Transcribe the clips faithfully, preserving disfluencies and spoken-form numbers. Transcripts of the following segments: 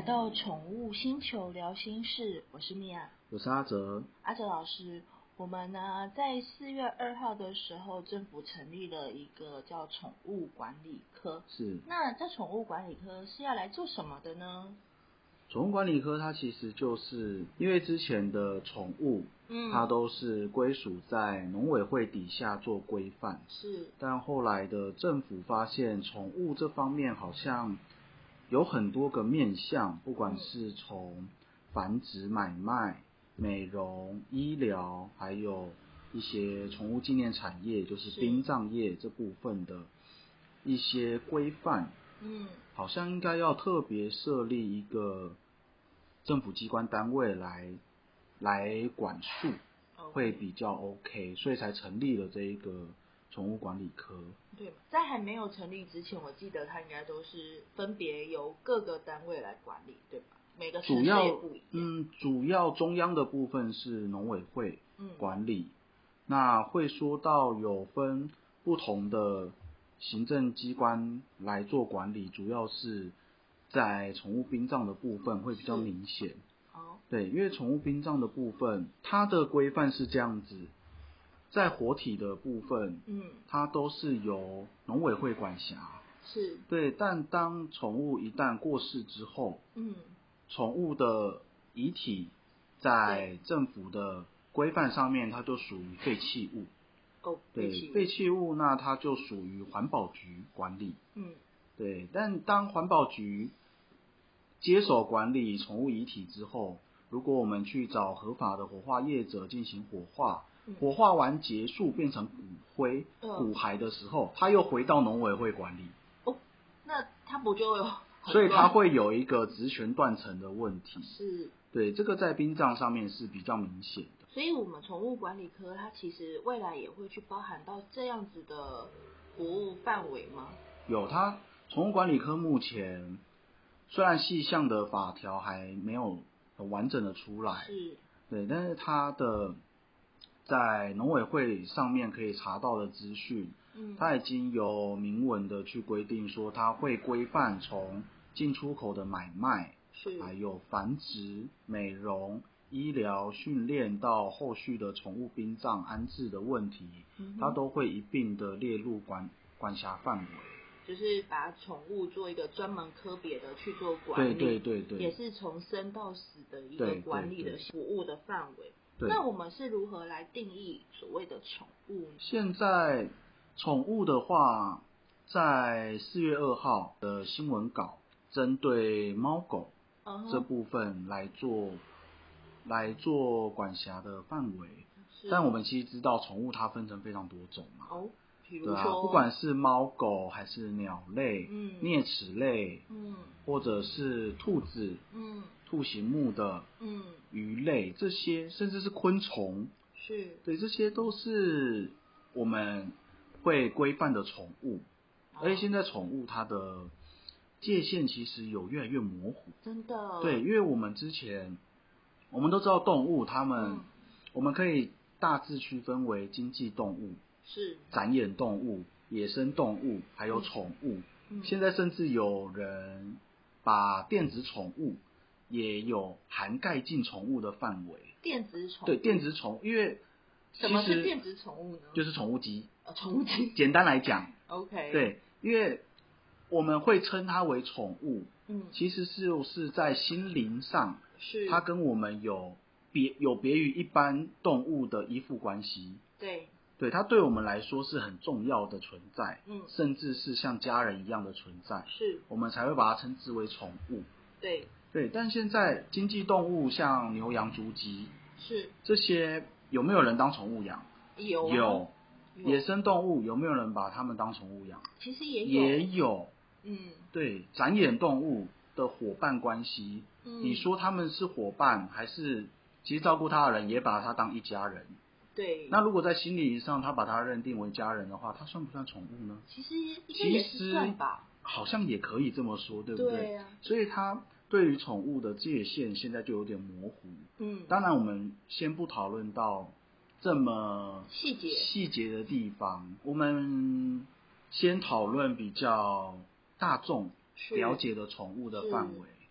到宠物星球聊心事，我是米娅， 我是阿哲。 阿哲老师，我们呢在四月二号的时候，政府成立了一个叫宠物管理科。 是。 那这宠物管理科是要来做什么的呢？ 宠物管理科它其实就是因为之前的宠物，嗯，它都是归属在农委会底下做规范， 是。 但后来的政府发现宠物这方面好像有很多个面向，不管是从繁殖、买卖、美容、医疗，还有一些宠物纪念产业，就是殡葬业这部分的一些规范，嗯，好像应该要特别设立一个政府机关单位来来管束，会比较 OK， 所以才成立了这一个宠物管理科。 对，在还没有成立之前，我记得它应该都是分别由各个单位来管理，对吧？每个市也不一样。 嗯，主要中央的部分是农委会管理，嗯，那会说到有分不同的行政机关来做管理，主要是在宠物殡葬的部分会比较明显。 哦， 对，因为宠物殡葬的部分，它的规范是这样子，在活体的部分，嗯，它都是由农委会管辖。 是。 对，但当宠物一旦过世之后，嗯，宠物的遗体在政府的规范上面，它就属于废弃物。 哦， 对，废弃物，那它就属于环保局管理。嗯，对，但当环保局接手管理宠物遗体之后，如果我们去找合法的火化业者进行火化，嗯，火化完结束变成骨灰、嗯、骨骸的时候，它又回到农委会管理。 哦，那它不就有？ 所以它会有一个职权断层的问题。 是。 对，这个在殡葬上面是比较明显的。 所以我们宠物管理科它其实未来也会去包含到这样子的服务范围吗？ 有，它宠物管理科目前虽然细项的法条还没有很完整的出来， 是， 对，但是它的在农委会上面可以查到的资讯，嗯，它已经有明文的去规定说，它会规范从进出口的买卖， 是， 还有繁殖、美容、医疗、训练到后续的宠物殡葬安置的问题，嗯，它都会一并的列入管管辖范围。 就是把宠物做一个专门科别的去做管理， 对对对对， 也是从生到死的一个管理的服务的范围。那我们是如何来定义所谓的宠物呢？ 现在宠物的话，在四月二号的新闻稿，针对猫狗这部分来做、uh-huh. 来做管辖的范围。但我们其实知道，宠物它分成非常多种嘛。 哦，比如说，对啊，不管是猫狗还是鸟类、嗯、啮齿类，嗯，或者是兔子，嗯，兔形目的，嗯，鱼类这些，甚至是昆虫， 是， 对，这些都是我们会规范的宠物。哦，而且现在宠物它的界限其实有越来越模糊。 真的。 对，因为我们之前我们都知道动物，它们、嗯、我们可以大致区分为经济动物。 是展演动物、野生动物，还有宠物、嗯。现在甚至有人把电子宠物也有涵盖进宠物的范围。 电子宠物？ 对，电子宠物，因为什么是电子宠物呢？ 就是宠物机。 哦，宠物机。 简单来讲 ，OK。 对，因为我们会称它为宠物，嗯，其实是是在心灵上， 是它跟我们有别有别于一般动物的依附关系。 对。 对，它对我们来说是很重要的存在，嗯，甚至是像家人一样的存在， 是， 我们才会把它称之为宠物。 对， 对，但现在经济动物像牛羊猪鸡， 是， 这些有没有人当宠物养？ 有、啊、 有，野生动物有没有人把它们当宠物养？ 其实也有， 也有， 嗯， 对，展演动物的伙伴关系，嗯，你说他们是伙伴，还是其实照顾他的人也把他当一家人？ 对， 那如果在心理上他把他认定为家人的话，他算不算宠物呢？ 其实应该也是算吧， 好像也可以这么说，对不对？ 对啊， 所以他对于宠物的界限现在就有点模糊。嗯，当然我们先不讨论到这么细节细节的地方，我们先讨论比较大众了解的宠物的范围。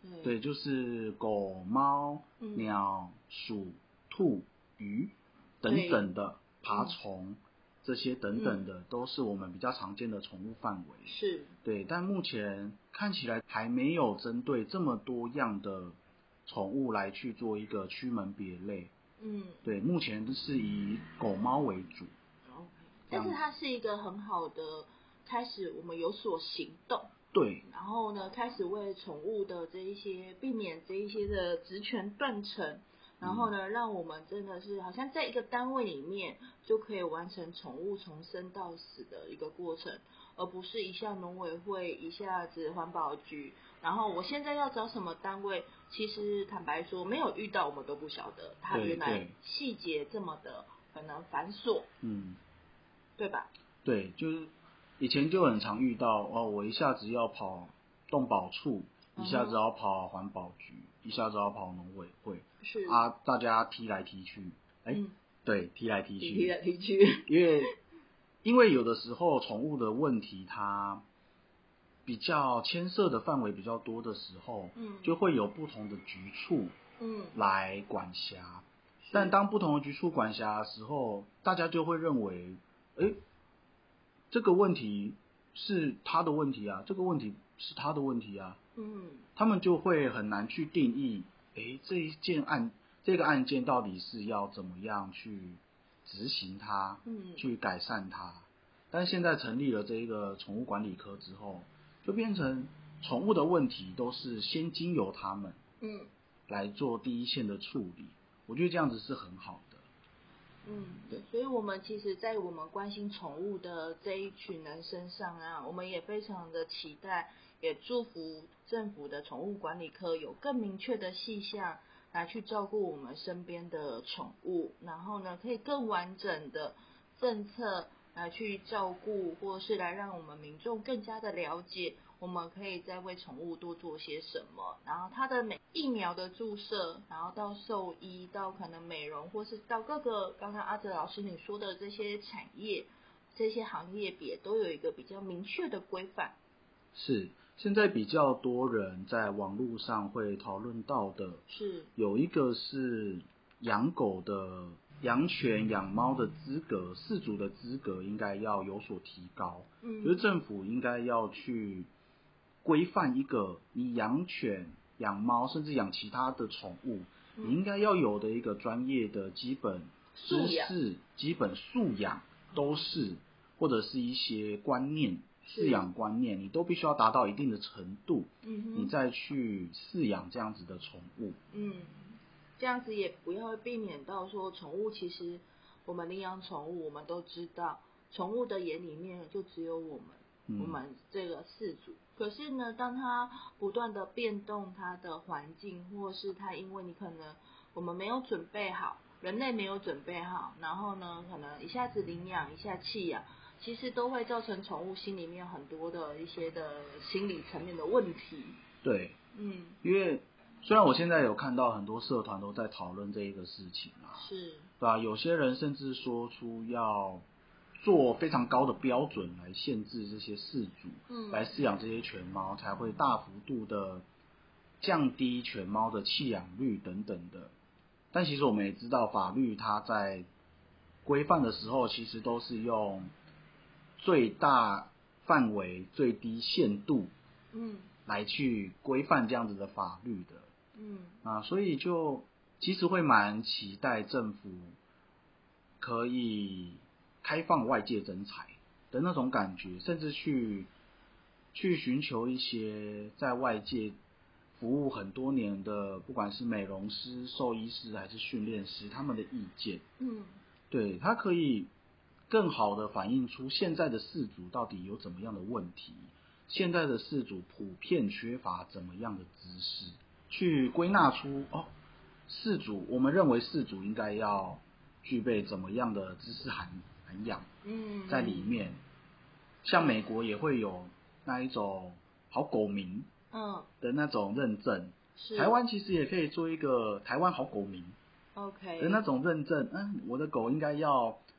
对，就是狗、猫、嗯、鸟、鼠、兔、鱼等等的爬虫。嗯，这些等等的都是我们比较常见的宠物范围。 是， 对，但目前看起来还没有针对这么多样的宠物来去做一个区门别类。 嗯， 对，目前是以狗猫为主。 OK， 但是它是一个很好的开始，我们有所行动。 对， 然后呢，开始为宠物的这一些避免这一些的职权断层。然后呢，让我们真的是好像在一个单位里面就可以完成宠物从生到死的一个过程，而不是一下农委会，一下子环保局，然后我现在要找什么单位，其实坦白说没有遇到我们都不晓得它原来细节这么的可能繁琐， 嗯， 对吧？ 对，就是以前就很常遇到哦，我一下子要跑动保处，一下子要跑环保局，一下子要跑农委会， 是啊，大家踢来踢去，哎、嗯，对，踢来踢去， 踢来踢去， 因为因为有的时候宠物的问题它比较牵涉的范围比较多的时候，嗯，就会有不同的局处，嗯，来管辖。但当不同的局处管辖的时候，大家就会认为，哎，这个问题是他的问题啊，这个问题是他的问题啊，嗯，他们就会很难去定义，哎，这一件案这个案件到底是要怎么样去执行它，嗯，去改善它。但现在成立了这一个宠物管理科之后，就变成宠物的问题都是先经由他们，嗯，来做第一线的处理。我觉得这样子是很好的。 嗯，对，所以我们其实在我们关心宠物的这一群人身上啊，我们也非常的期待，也祝福政府的宠物管理科有更明确的细项来去照顾我们身边的宠物，然后呢，可以更完整的政策来去照顾，或是来让我们民众更加的了解，我们可以再为宠物多做些什么，然后它的每疫苗的注射，然后到兽医，到可能美容，或是到各个刚刚阿哲老师你说的这些产业，这些行业别都有一个比较明确的规范。 是，现在比较多人在网络上会讨论到的， 是有一个是养狗的养犬养猫的资格，饲主的资格应该要有所提高，嗯，就是政府应该要去规范一个你养犬养猫甚至养其他的宠物，嗯，你应该要有的一个专业的基本知识、基本素养都是，或者是一些观念饲养观念，你都必须要达到一定的程度，嗯，你再去饲养这样子的宠物。 嗯，这样子也不要避免到说宠物，其实我们领养宠物，我们都知道，宠物的眼里面就只有我们，嗯，我们这个饲主。可是呢，当它不断的变动它的环境，或是它因为你可能我们没有准备好，人类没有准备好，然后呢，可能一下子领养，一下弃养。其实都会造成宠物心里面很多的一些的心理层面的问题。 对，嗯，因为虽然我现在有看到很多社团都在讨论这一个事情啊， 是， 对吧？有些人甚至说出要做非常高的标准来限制这些饲主，嗯，来饲养这些犬猫，才会大幅度的降低犬猫的弃养率等等的。但其实我们也知道，法律它在规范的时候，其实都是用最大范围、最低限度，嗯，来去规范这样子的法律的，嗯，啊，所以就其实会蛮期待政府可以开放外界征才的那种感觉，甚至去去寻求一些在外界服务很多年的，不管是美容师、兽医师还是训练师，他们的意见，嗯，对，他可以更好的反映出现在的饲主到底有怎么样的问题，现在的饲主普遍缺乏怎么样的知识，去归纳出哦，饲主我们认为饲主应该要具备怎么样的知识涵涵养，嗯，在里面，像美国也会有那一种好狗民，嗯的那种认证，台湾其实也可以做一个台湾好狗民，OK 的那种认证，嗯，我的狗应该要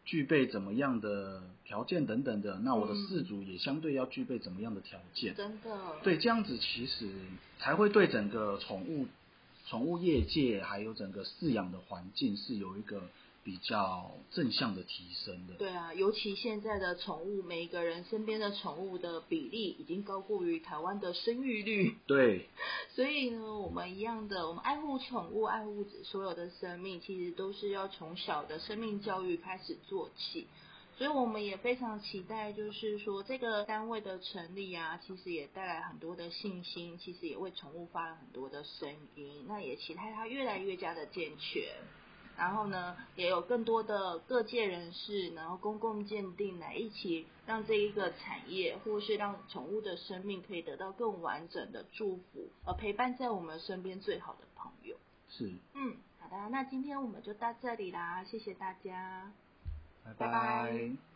具备怎么样的条件等等的，那我的饲主也相对要具备怎么样的条件。 真的。 对，这样子其实才会对整个宠物宠物业界还有整个饲养的环境是有一个比较正向的提升的。 对啊，尤其现在的宠物，每一个人身边的宠物的比例已经高过于台湾的生育率。 对。 所以呢，我们一样的，我们爱护宠物，爱护所有的生命，其实都是要从小的生命教育开始做起。所以我们也非常期待，就是说这个单位的成立啊，其实也带来很多的信心，其实也为宠物发了很多的声音，那也期待它越来越加的健全。然后呢，也有更多的各界人士，然后公共鉴定来一起让这一个产业，或是让宠物的生命可以得到更完整的祝福，而陪伴在我们身边最好的朋友。 是。 嗯，好的，那今天我们就到这里啦，谢谢大家， 拜拜。 拜拜。